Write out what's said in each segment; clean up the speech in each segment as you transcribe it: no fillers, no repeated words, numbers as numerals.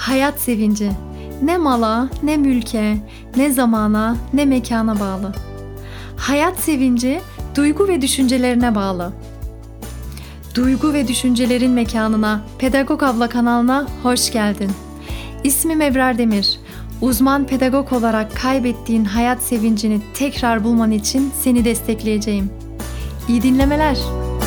Hayat sevinci ne mala, ne mülke, ne zamana, ne mekana bağlı. Hayat sevinci duygu ve düşüncelerine bağlı. Duygu ve düşüncelerin mekanına, Pedagog Abla kanalına hoş geldin. İsmim Ebrar Demir. Uzman pedagog olarak kaybettiğin hayat sevincini tekrar bulman için seni destekleyeceğim. İyi dinlemeler.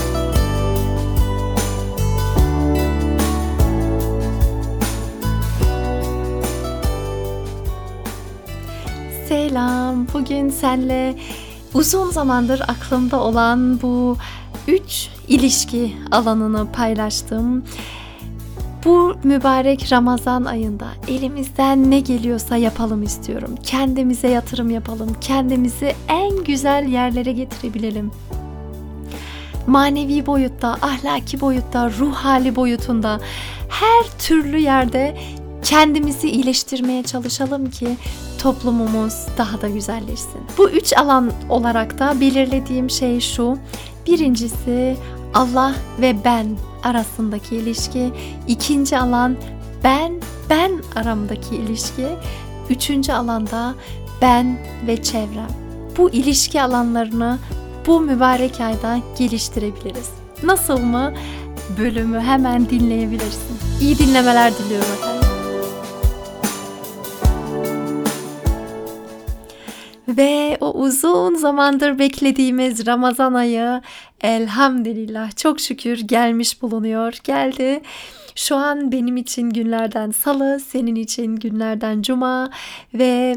Selam. Bugün seninle uzun zamandır aklımda olan bu 3 ilişki alanını paylaştım. Bu mübarek Ramazan ayında elimizden ne geliyorsa yapalım istiyorum. Kendimize yatırım yapalım. Kendimizi en güzel yerlere getirebilelim. Manevi boyutta, ahlaki boyutta, ruh hali boyutunda her türlü yerde kendimizi iyileştirmeye çalışalım ki toplumumuz daha da güzelleşsin. Bu 3 alan olarak da belirlediğim şey şu. Birincisi Allah ve ben arasındaki ilişki. İkinci alan ben aramdaki ilişki. Üçüncü alanda ben ve çevrem. Bu ilişki alanlarını bu mübarek ayda geliştirebiliriz. Nasıl mı? Bölümü hemen dinleyebilirsin. İyi dinlemeler diliyorum efendim. Ve o uzun zamandır beklediğimiz Ramazan ayı elhamdülillah çok şükür gelmiş bulunuyor. Geldi. Şu an benim için günlerden salı, senin için günlerden cuma ve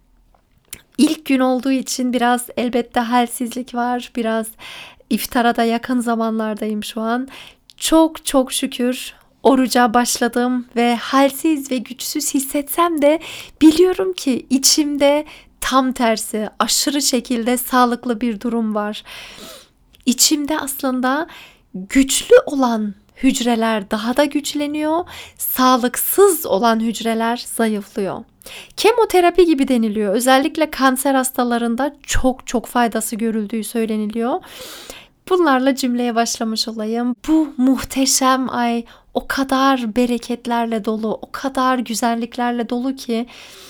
ilk gün olduğu için biraz elbette halsizlik var. Biraz iftara da yakın zamanlardayım şu an. Çok şükür oruca başladım ve halsiz ve güçsüz hissetsem de biliyorum ki içimde tam tersi aşırı şekilde sağlıklı bir durum var. İçimde aslında güçlü olan hücreler daha da güçleniyor, sağlıksız olan hücreler zayıflıyor. Kemoterapi gibi deniliyor. Özellikle kanser hastalarında çok faydası görüldüğü söyleniliyor. Bunlarla cümleye başlamış olayım. Bu muhteşem ay o kadar bereketlerle dolu, o kadar güzelliklerle dolu ki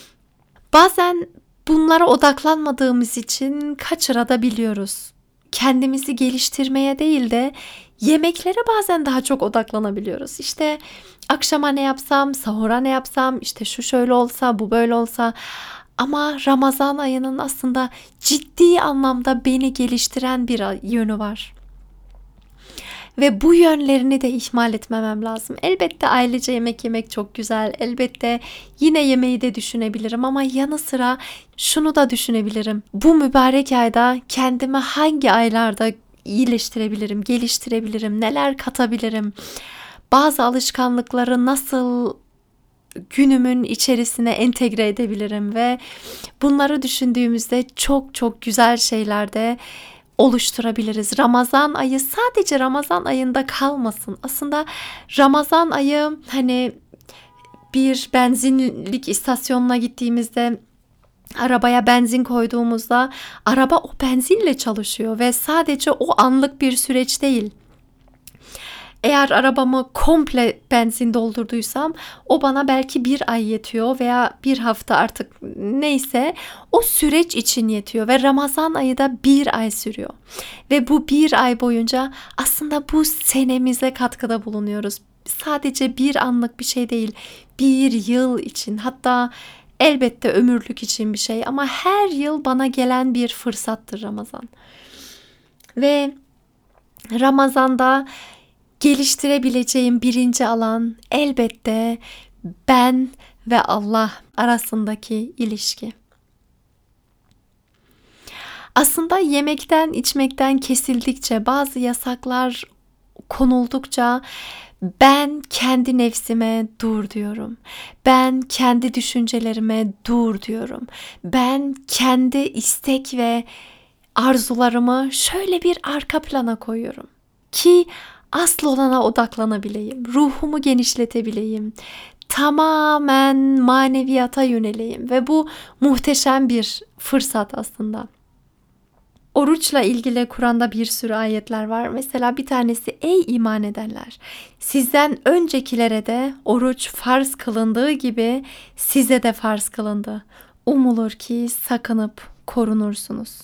bazen bunlara odaklanmadığımız için kaçırabiliyoruz. Kendimizi geliştirmeye değil de yemeklere bazen daha çok odaklanabiliyoruz. İşte akşama ne yapsam, sahura ne yapsam, işte şu şöyle olsa, bu böyle olsa. Ama Ramazan ayının aslında ciddi anlamda beni geliştiren bir yönü var. Ve bu yönlerini de ihmal etmemem lazım. Elbette ailece yemek yemek çok güzel. Elbette yine yemeği de düşünebilirim ama yanı sıra şunu da düşünebilirim. Bu mübarek ayda kendimi hangi aylarda iyileştirebilirim, geliştirebilirim, neler katabilirim? Bazı alışkanlıkları nasıl günümün içerisine entegre edebilirim ve bunları düşündüğümüzde çok güzel şeyler de oluşturabiliriz. Ramazan ayı sadece Ramazan ayında kalmasın. Aslında Ramazan ayı hani bir benzinlik istasyonuna gittiğimizde arabaya benzin koyduğumuzda araba o benzinle çalışıyor ve sadece o anlık bir süreç değil. Eğer arabamı komple benzin doldurduysam o bana belki bir ay yetiyor veya bir hafta artık neyse o süreç için yetiyor ve Ramazan ayı da bir ay sürüyor. Ve bu bir ay boyunca aslında bu senemize katkıda bulunuyoruz. Sadece bir anlık bir şey değil, bir yıl için, hatta elbette ömürlük için bir şey ama her yıl bana gelen bir fırsattır Ramazan. Ve Ramazan'da geliştirebileceğim birinci alan elbette ben ve Allah arasındaki ilişki. Aslında yemekten, içmekten kesildikçe, bazı yasaklar konuldukça ben kendi nefsime dur diyorum. Ben kendi düşüncelerime dur diyorum. Ben kendi istek ve arzularımı şöyle bir arka plana koyuyorum ki asıl olana odaklanabileyim, ruhumu genişletebileyim, tamamen maneviyata yöneleyim ve bu muhteşem bir fırsat aslında. Oruçla ilgili Kur'an'da bir sürü ayetler var. Mesela bir tanesi, ey iman edenler, sizden öncekilere de oruç farz kılındığı gibi size de farz kılındı. Umulur ki sakınıp korunursunuz.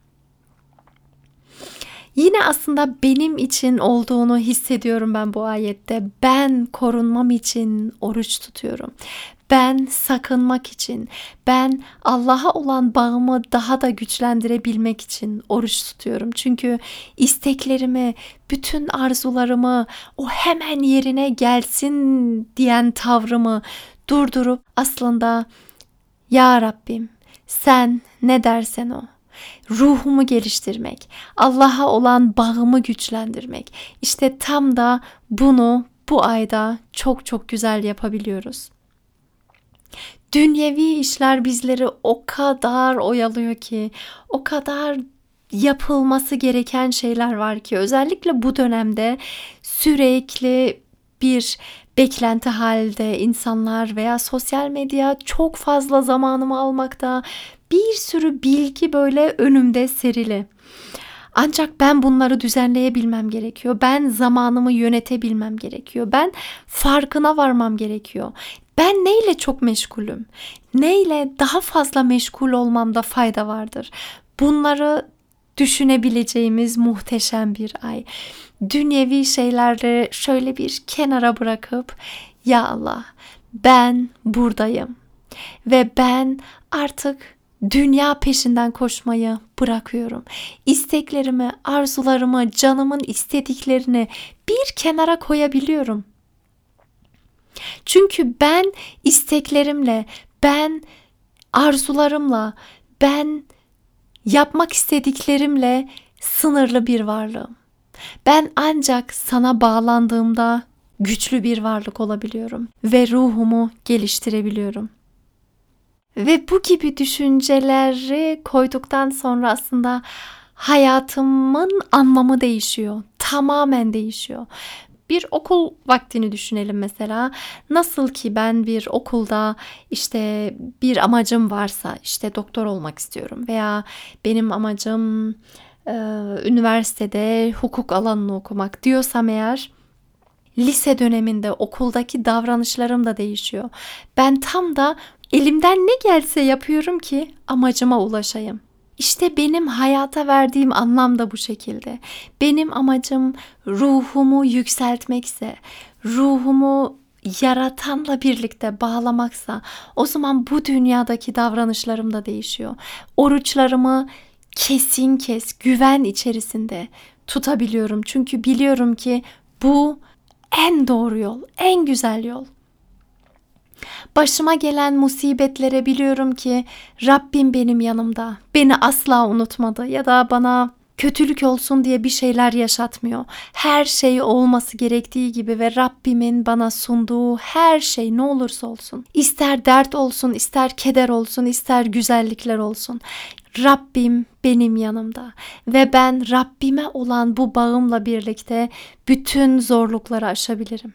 Yine aslında benim için olduğunu hissediyorum ben bu ayette. Ben korunmam için oruç tutuyorum. Ben sakınmak için, ben Allah'a olan bağımı daha da güçlendirebilmek için oruç tutuyorum. Çünkü isteklerimi, bütün arzularımı, o hemen yerine gelsin diyen tavrımı durdurup aslında ya Rabbim sen ne dersen o. Ruhumu geliştirmek, Allah'a olan bağımı güçlendirmek. İşte tam da bunu bu ayda çok çok güzel yapabiliyoruz. Dünyevi işler bizleri o kadar oyalıyor ki, o kadar yapılması gereken şeyler var ki, özellikle bu dönemde sürekli bir beklenti halinde insanlar veya sosyal medya çok fazla zamanımı almakta. Bir sürü bilgi böyle önümde serili. Ancak ben bunları düzenleyebilmem gerekiyor. Ben zamanımı yönetebilmem gerekiyor. Ben farkına varmam gerekiyor. Ben neyle çok meşgulüm? Neyle daha fazla meşgul olmamda fayda vardır? Bunları düşünebileceğimiz muhteşem bir ay. Dünyevi şeyleri şöyle bir kenara bırakıp ya Allah ben buradayım ve ben artık dünya peşinden koşmayı bırakıyorum. İsteklerimi, arzularımı, canımın istediklerini bir kenara koyabiliyorum. Çünkü ben isteklerimle, ben arzularımla, ben yapmak istediklerimle sınırlı bir varlığım. Ben ancak sana bağlandığımda güçlü bir varlık olabiliyorum ve ruhumu geliştirebiliyorum. Ve bu gibi düşünceleri koyduktan sonra aslında hayatımın anlamı değişiyor. Tamamen değişiyor. Bir okul vaktini düşünelim mesela. Nasıl ki ben bir okulda işte bir amacım varsa, işte doktor olmak istiyorum veya benim amacım üniversitede hukuk alanını okumak diyorsam eğer, lise döneminde okuldaki davranışlarım da değişiyor. Ben tam da elimden ne gelse yapıyorum ki amacıma ulaşayım. İşte benim hayata verdiğim anlam da bu şekilde. Benim amacım ruhumu yükseltmekse, ruhumu yaratanla birlikte bağlamaksa, o zaman bu dünyadaki davranışlarım da değişiyor. Oruçlarımı kesin güven içerisinde tutabiliyorum. Çünkü biliyorum ki bu en doğru yol, en güzel yol. Başıma gelen musibetlere biliyorum ki Rabbim benim yanımda. Beni asla unutmadı ya da bana kötülük olsun diye bir şeyler yaşatmıyor. Her şey olması gerektiği gibi ve Rabbimin bana sunduğu her şey ne olursa olsun. İster dert olsun, ister keder olsun, ister güzellikler olsun. Rabbim benim yanımda ve ben Rabbime olan bu bağımla birlikte bütün zorlukları aşabilirim.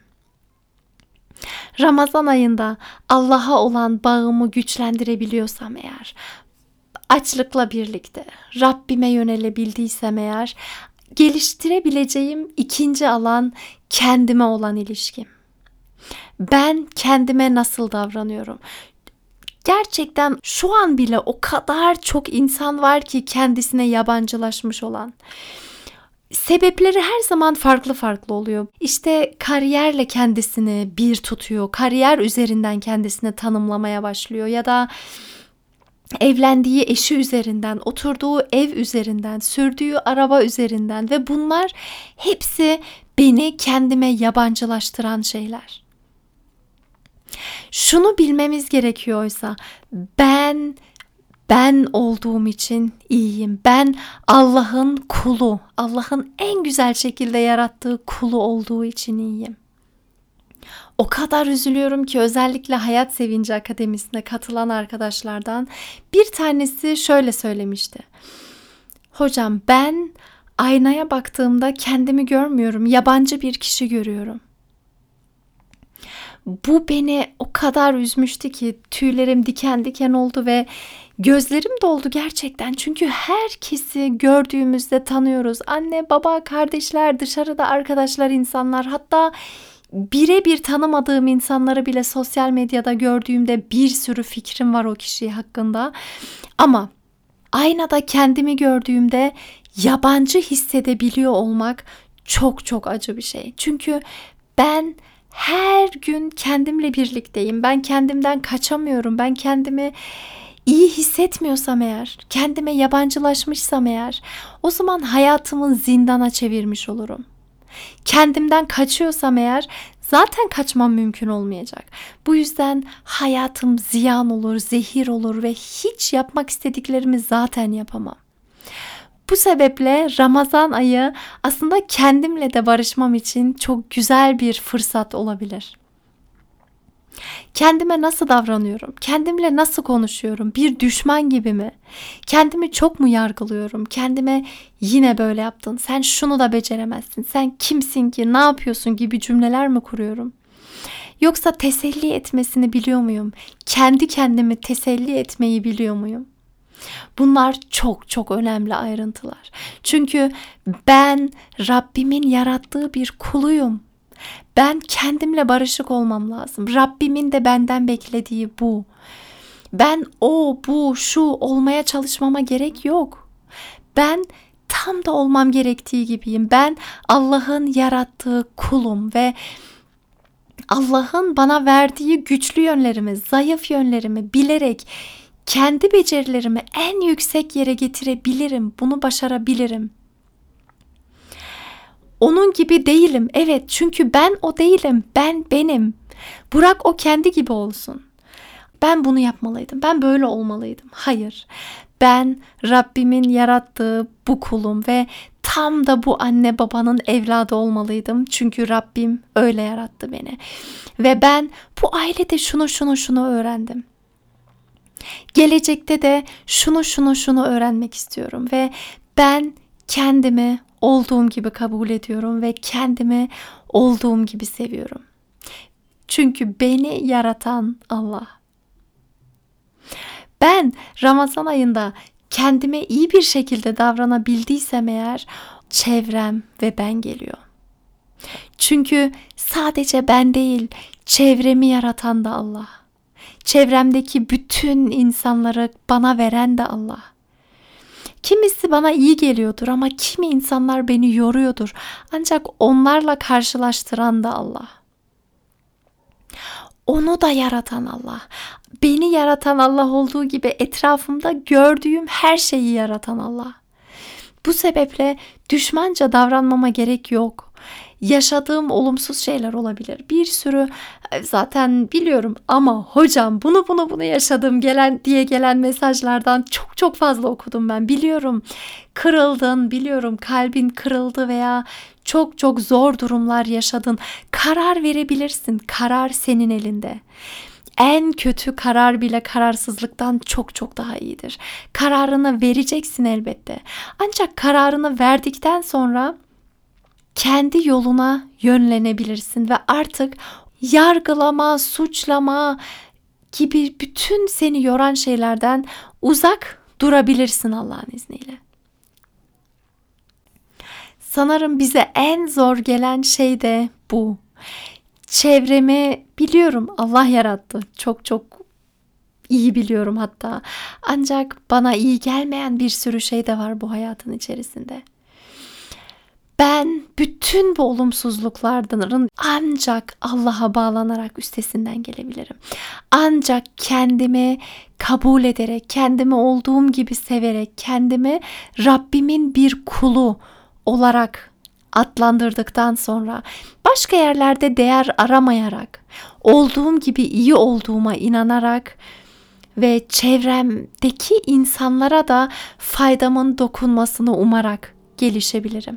Ramazan ayında Allah'a olan bağımı güçlendirebiliyorsam eğer, açlıkla birlikte Rabbime yönelebildiysem eğer, geliştirebileceğim ikinci alan kendime olan ilişkim. Ben kendime nasıl davranıyorum? Gerçekten şu an bile o kadar çok insan var ki kendisine yabancılaşmış olan. Sebepleri her zaman farklı farklı oluyor. İşte kariyerle kendisini bir tutuyor. Kariyer üzerinden kendisini tanımlamaya başlıyor ya da evlendiği eşi üzerinden, oturduğu ev üzerinden, sürdüğü araba üzerinden ve bunlar hepsi beni kendime yabancılaştıran şeyler. Şunu bilmemiz gerekiyor oysa ben olduğum için iyiyim. Ben Allah'ın kulu, Allah'ın en güzel şekilde yarattığı kulu olduğu için iyiyim. O kadar üzülüyorum ki özellikle Hayat Sevinci Akademisi'ne katılan arkadaşlardan bir tanesi şöyle söylemişti. Hocam ben aynaya baktığımda kendimi görmüyorum, yabancı bir kişi görüyorum. Bu beni o kadar üzmüştü ki tüylerim diken diken oldu ve gözlerim doldu gerçekten. Çünkü herkesi gördüğümüzde tanıyoruz. Anne, baba, kardeşler, dışarıda arkadaşlar, insanlar, hatta birebir tanımadığım insanları bile sosyal medyada gördüğümde bir sürü fikrim var o kişi hakkında. Ama aynada kendimi gördüğümde yabancı hissedebiliyor olmak çok çok acı bir şey. Çünkü ben her gün kendimle birlikteyim. Ben kendimden kaçamıyorum. Ben kendimi iyi hissetmiyorsam eğer, kendime yabancılaşmışsam eğer, o zaman hayatımı zindana çevirmiş olurum. Kendimden kaçıyorsam eğer zaten kaçmam mümkün olmayacak. Bu yüzden hayatım ziyan olur, zehir olur ve hiç yapmak istediklerimi zaten yapamam. Bu sebeple Ramazan ayı aslında kendimle de barışmam için çok güzel bir fırsat olabilir. Kendime nasıl davranıyorum? Kendimle nasıl konuşuyorum? Bir düşman gibi mi? Kendimi çok mu yargılıyorum? Kendime yine böyle yaptın, sen şunu da beceremezsin, sen kimsin ki, ne yapıyorsun gibi cümleler mi kuruyorum? Yoksa teselli etmesini biliyor muyum? Kendi kendimi teselli etmeyi biliyor muyum? Bunlar çok çok önemli ayrıntılar. Çünkü ben Rabbimin yarattığı bir kuluyum. Ben kendimle barışık olmam lazım. Rabbimin de benden beklediği bu. Ben o, bu, şu olmaya çalışmama gerek yok. Ben tam da olmam gerektiği gibiyim. Ben Allah'ın yarattığı kulum ve Allah'ın bana verdiği güçlü yönlerimi, zayıf yönlerimi bilerek kendi becerilerimi en yüksek yere getirebilirim. Bunu başarabilirim. Onun gibi değilim. Evet, çünkü ben o değilim. Ben benim. Bırak o kendi gibi olsun. Ben bunu yapmalıydım. Ben böyle olmalıydım. Hayır. Ben Rabbimin yarattığı bu kulum ve tam da bu anne babanın evladı olmalıydım. Çünkü Rabbim öyle yarattı beni. Ve ben bu ailede şunu öğrendim. Gelecekte de şunu öğrenmek istiyorum ve ben kendimi olduğum gibi kabul ediyorum ve kendimi olduğum gibi seviyorum. Çünkü beni yaratan Allah. Ben Ramazan ayında kendime iyi bir şekilde davranabildiysem eğer, çevrem ve ben geliyor. Çünkü sadece ben değil, çevremi yaratan da Allah. Çevremdeki bütün insanları bana veren de Allah. Kimisi bana iyi geliyordur ama kimi insanlar beni yoruyordur. Ancak onlarla karşılaştıran da Allah. Onu da yaratan Allah. Beni yaratan Allah olduğu gibi etrafımda gördüğüm her şeyi yaratan Allah. Bu sebeple düşmanca davranmama gerek yok. Yaşadığım olumsuz şeyler olabilir. Bir sürü zaten biliyorum ama hocam bunu yaşadım diye gelen mesajlardan çok fazla okudum ben. Biliyorum kırıldın, biliyorum kalbin kırıldı veya çok zor durumlar yaşadın. Karar verebilirsin. Karar senin elinde. En kötü karar bile kararsızlıktan çok daha iyidir. Kararını vereceksin elbette. Ancak kararını verdikten sonra kendi yoluna yönlenebilirsin ve artık yargılama, suçlama gibi bütün seni yoran şeylerden uzak durabilirsin Allah'ın izniyle. Sanırım bize en zor gelen şey de bu. Çevremi biliyorum Allah yarattı. Çok iyi biliyorum hatta. Ancak bana iyi gelmeyen bir sürü şey de var bu hayatın içerisinde. Ben bütün bu olumsuzluklardan ancak Allah'a bağlanarak üstesinden gelebilirim. Ancak kendimi kabul ederek, kendimi olduğum gibi severek, kendimi Rabbimin bir kulu olarak adlandırdıktan sonra, başka yerlerde değer aramayarak, olduğum gibi iyi olduğuma inanarak ve çevremdeki insanlara da faydamın dokunmasını umarak gelişebilirim.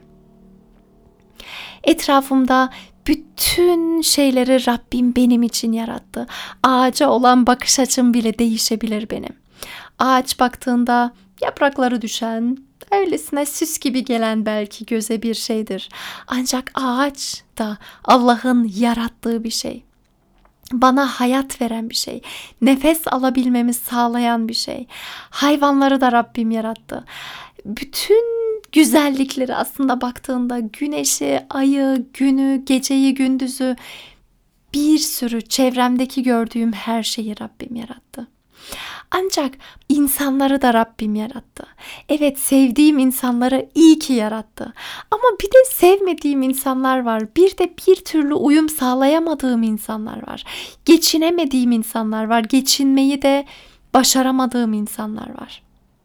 Etrafımda bütün şeyleri Rabbim benim için yarattı. Ağaca olan bakış açım bile değişebilir benim. Ağaç baktığında yaprakları düşen, öylesine süs gibi gelen belki göze bir şeydir. Ancak ağaç da Allah'ın yarattığı bir şey. bana hayat veren bir şey. Nefes alabilmemi sağlayan bir şey. Hayvanları da Rabbim yarattı. Bütün güzellikleri aslında baktığında güneşi, ayı, günü, geceyi, gündüzü, bir sürü çevremdeki gördüğüm her şeyi Rabbim yarattı. Ancak insanları da Rabbim yarattı. Evet, sevdiğim insanları iyi ki yarattı. Ama bir de sevmediğim insanlar var. Bir de bir türlü uyum sağlayamadığım insanlar var. Geçinemediğim insanlar var. Geçinmeyi de başaramadığım insanlar var.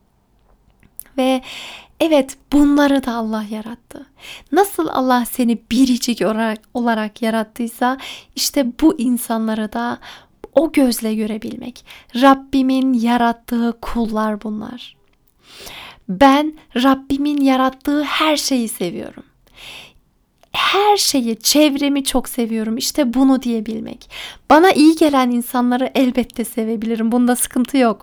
Ve evet, bunları da Allah yarattı. Nasıl Allah seni biricik olarak yarattıysa işte bu insanları da o gözle görebilmek. Rabbimin yarattığı kullar bunlar. Ben Rabbimin yarattığı her şeyi seviyorum. Her şeyi, çevremi çok seviyorum. İşte bunu diyebilmek. Bana iyi gelen insanları elbette sevebilirim. Bunda sıkıntı yok.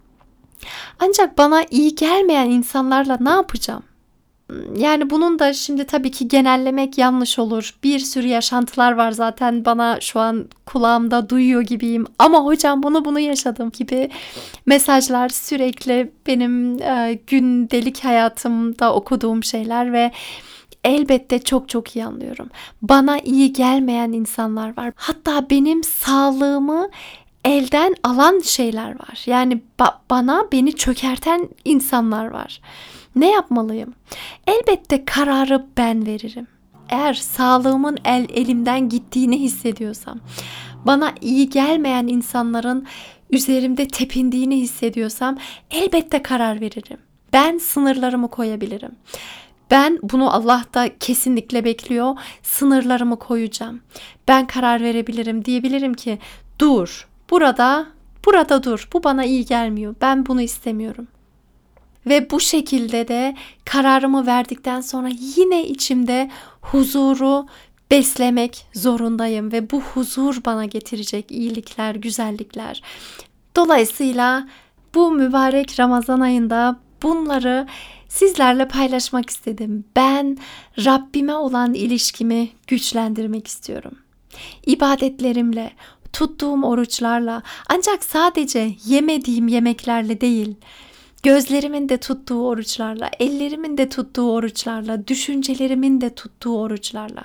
Ancak bana iyi gelmeyen insanlarla ne yapacağım? Yani bunun da şimdi tabii ki genellemek yanlış olur. Bir sürü yaşantılar var zaten, bana şu an kulağımda duyuyor gibiyim. Ama hocam bunu yaşadım gibi mesajlar sürekli benim gündelik hayatımda okuduğum şeyler ve elbette çok çok iyi anlıyorum. Bana iyi gelmeyen insanlar var. Hatta benim sağlığımı elden alan şeyler var. Yani beni çökerten insanlar var. Ne yapmalıyım? Elbette kararı ben veririm. Eğer sağlığımın elimden gittiğini hissediyorsam, bana iyi gelmeyen insanların üzerimde tepindiğini hissediyorsam elbette karar veririm. Ben sınırlarımı koyabilirim. Ben bunu Allah da kesinlikle bekliyor. Sınırlarımı koyacağım. Ben karar verebilirim. Diyebilirim ki dur, burada dur. Bu bana iyi gelmiyor. Ben bunu istemiyorum. Ve bu şekilde de kararımı verdikten sonra yine içimde huzuru beslemek zorundayım. Ve bu huzur bana getirecek iyilikler, güzellikler. Dolayısıyla bu mübarek Ramazan ayında bunları sizlerle paylaşmak istedim. Ben Rabbime olan ilişkimi güçlendirmek istiyorum. İbadetlerimle, tuttuğum oruçlarla, ancak sadece yemediğim yemeklerle değil, gözlerimin de tuttuğu oruçlarla, ellerimin de tuttuğu oruçlarla, düşüncelerimin de tuttuğu oruçlarla.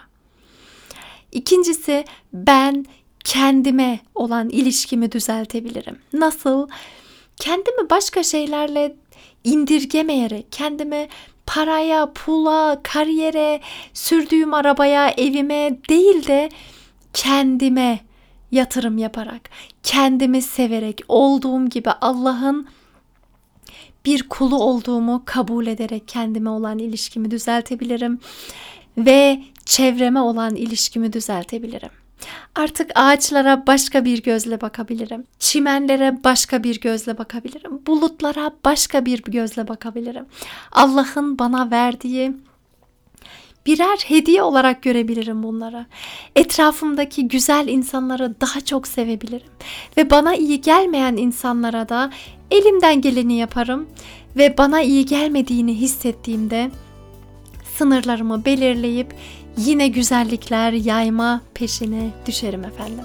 İkincisi, ben kendime olan ilişkimi düzeltebilirim. Nasıl? Kendimi başka şeylerle indirgemeyerek, kendimi paraya, pula, kariyere, sürdüğüm arabaya, evime değil de kendime yatırım yaparak, kendimi severek, olduğum gibi Allah'ın bir kulu olduğumu kabul ederek kendime olan ilişkimi düzeltebilirim ve çevreme olan ilişkimi düzeltebilirim. Artık ağaçlara başka bir gözle bakabilirim. Çimenlere başka bir gözle bakabilirim. Bulutlara başka bir gözle bakabilirim. Allah'ın bana verdiği birer hediye olarak görebilirim bunları. Etrafımdaki güzel insanları daha çok sevebilirim. Ve bana iyi gelmeyen insanlara da elimden geleni yaparım. Ve bana iyi gelmediğini hissettiğimde sınırlarımı belirleyip yine güzellikler yayma peşine düşerim efendim.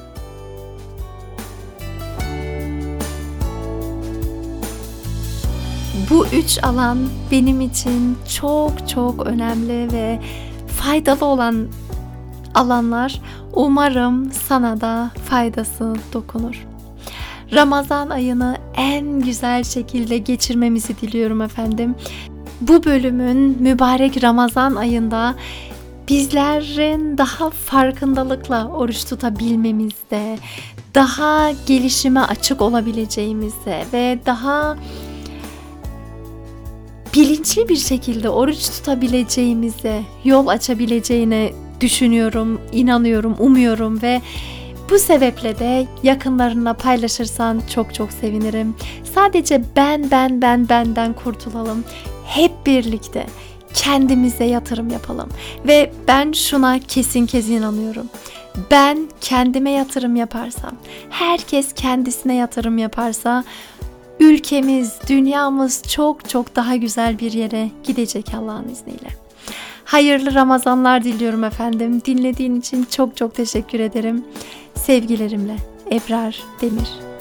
Bu 3 alan benim için çok çok önemli ve faydalı olan alanlar. Umarım sana da faydası dokunur. Ramazan ayını en güzel şekilde geçirmemizi diliyorum efendim. Bu bölümün mübarek Ramazan ayında bizlerin daha farkındalıkla oruç tutabilmemizde, daha gelişime açık olabileceğimizde ve daha bilinçli bir şekilde oruç tutabileceğimize yol açabileceğine düşünüyorum, inanıyorum, umuyorum ve bu sebeple de yakınlarınla paylaşırsan çok çok sevinirim. Sadece benden kurtulalım. Hep birlikte kendimize yatırım yapalım. Ve ben şuna kesin inanıyorum. Ben kendime yatırım yaparsam, herkes kendisine yatırım yaparsa ülkemiz, dünyamız çok çok daha güzel bir yere gidecek Allah'ın izniyle. Hayırlı Ramazanlar diliyorum efendim. Dinlediğin için çok çok teşekkür ederim. Sevgilerimle. Ebrar Demir.